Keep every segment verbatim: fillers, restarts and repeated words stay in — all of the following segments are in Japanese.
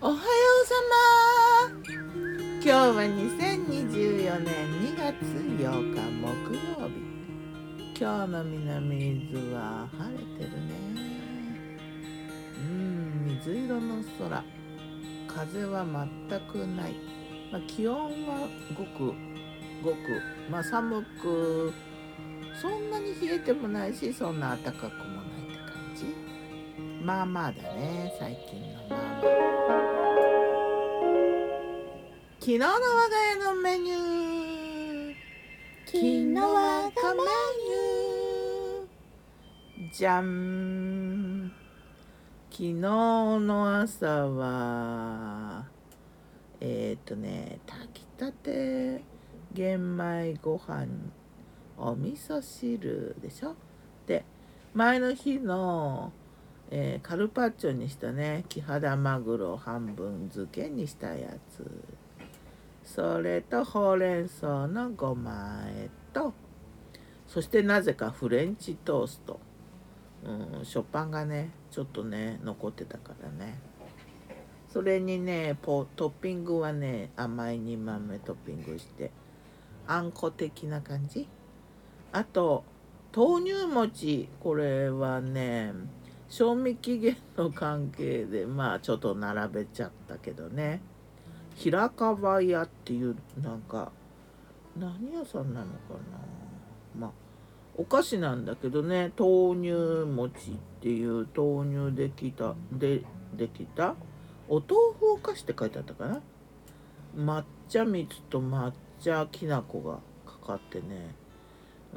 おはようさま。今日はにせんにじゅうよねんにがつようか木曜日。今日の南伊豆は晴れてるね。うん、水色の空。風は全くない。まあ、気温はごくごく、まあ、寒くそんなに冷えてもないし、そんな暖かくもないって感じ。まあまあだね、最近のまあまあ。昨日の我が家のメニュー。 昨日我がメニュー。じゃん。昨日の朝はえっ、ー、とね炊きたて玄米ご飯、お味噌汁でしょ。で前の日の、えー、カルパッチョにしたねキハダマグロ半分漬けにしたやつ、それとほうれん草のごまあえと、そしてなぜかフレンチトースト。うん、食パンがねちょっとね残ってたからね。それにねポトッピングはね甘い煮豆トッピングして、あんこ的な感じ。あと豆乳餅、これはね賞味期限の関係でまあちょっと並べちゃったけどね。平川屋っていうなんか何屋さんなのかな。まあお菓子なんだけどね、豆乳餅っていう豆乳できたでできたお豆腐お菓子って書いてあったかな。抹茶蜜と抹茶きな粉がかかってね、うん、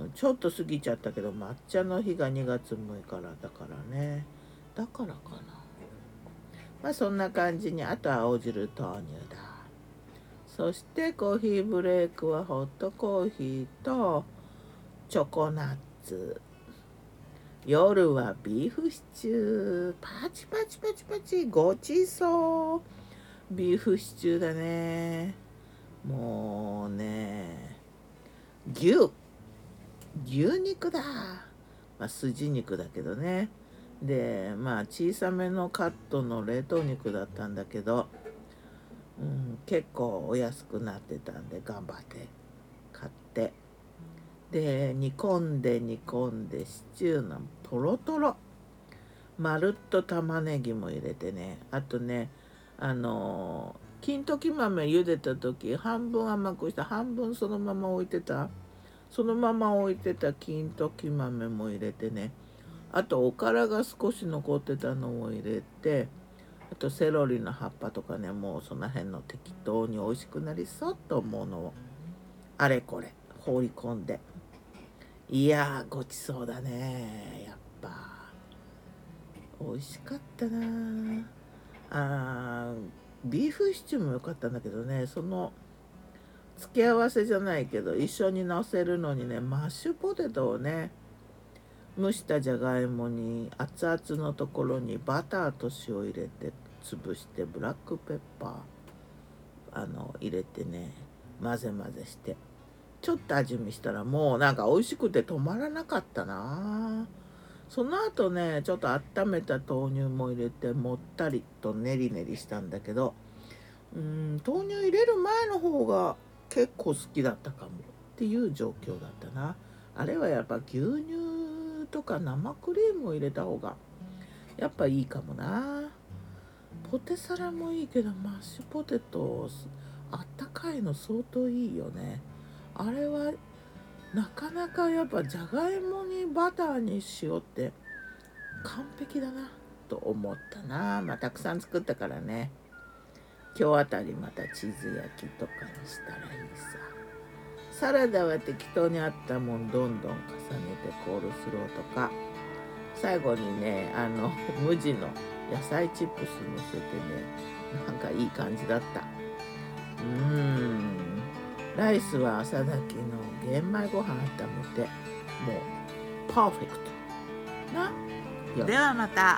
ちょっと過ぎちゃったけど抹茶の日がにがつむいかからだからね、だからかな。まあそんな感じに、あとは青汁豆乳だ。そしてコーヒーブレイクはホットコーヒーとチョコナッツ。夜はビーフシチュー。パチパチパチパチごちそう。ビーフシチューだね。もうね牛牛肉だ。まあ筋肉だけどね。でまあ小さめのカットの冷凍肉だったんだけど、うん、結構お安くなってたんで頑張って買って、で煮込んで煮込んでシチューのトロトロ、まるっと玉ねぎも入れてね。あとねあの金時豆茹でた時半分甘くした半分そのまま置いてたそのまま置いてた金時豆も入れてね。あとおからが少し残ってたのを入れて、あとセロリの葉っぱとかね、もうその辺の適当に美味しくなりそうと思うのをあれこれ放り込んで、いやーごちそうだね。やっぱ美味しかったなあ。ビーフシチューも良かったんだけどね、その付け合わせじゃないけど一緒にのせるのにね、マッシュポテトをね蒸したじゃがいもに熱々のところにバターと塩入れて潰して、ブラックペッパーあの入れてね混ぜ混ぜしてちょっと味見したらもうなんか美味しくて止まらなかったな。その後ねちょっと温めた豆乳も入れてもったりとねりねりしたんだけど、うーん豆乳入れる前の方が結構好きだったかもっていう状況だったな。あれはやっぱ牛乳とか生クリームを入れた方がやっぱいいかもな。ポテサラもいいけどマッシュポテトあったかいの相当いいよね。あれはなかなかやっぱじゃがいもにバターに塩って完璧だなと思ったな。まあたくさん作ったからね、今日あたりまたチーズ焼きとかにしたらいいさ。サラダは適当にあったもんどんどん重ねてコールスローとか、最後にねあの無地の野菜チップスのせてね、なんかいい感じだった。うーんライスは朝炊きの玄米ご飯温めてもうパーフェクトな。ではまた。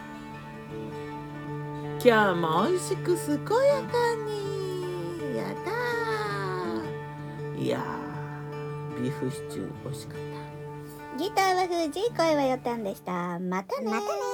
今日も美味しく健やかに。やったー。いやービーフシチュー美味しかった。 ギターは藤井、声はよたんでした。またね。 またね。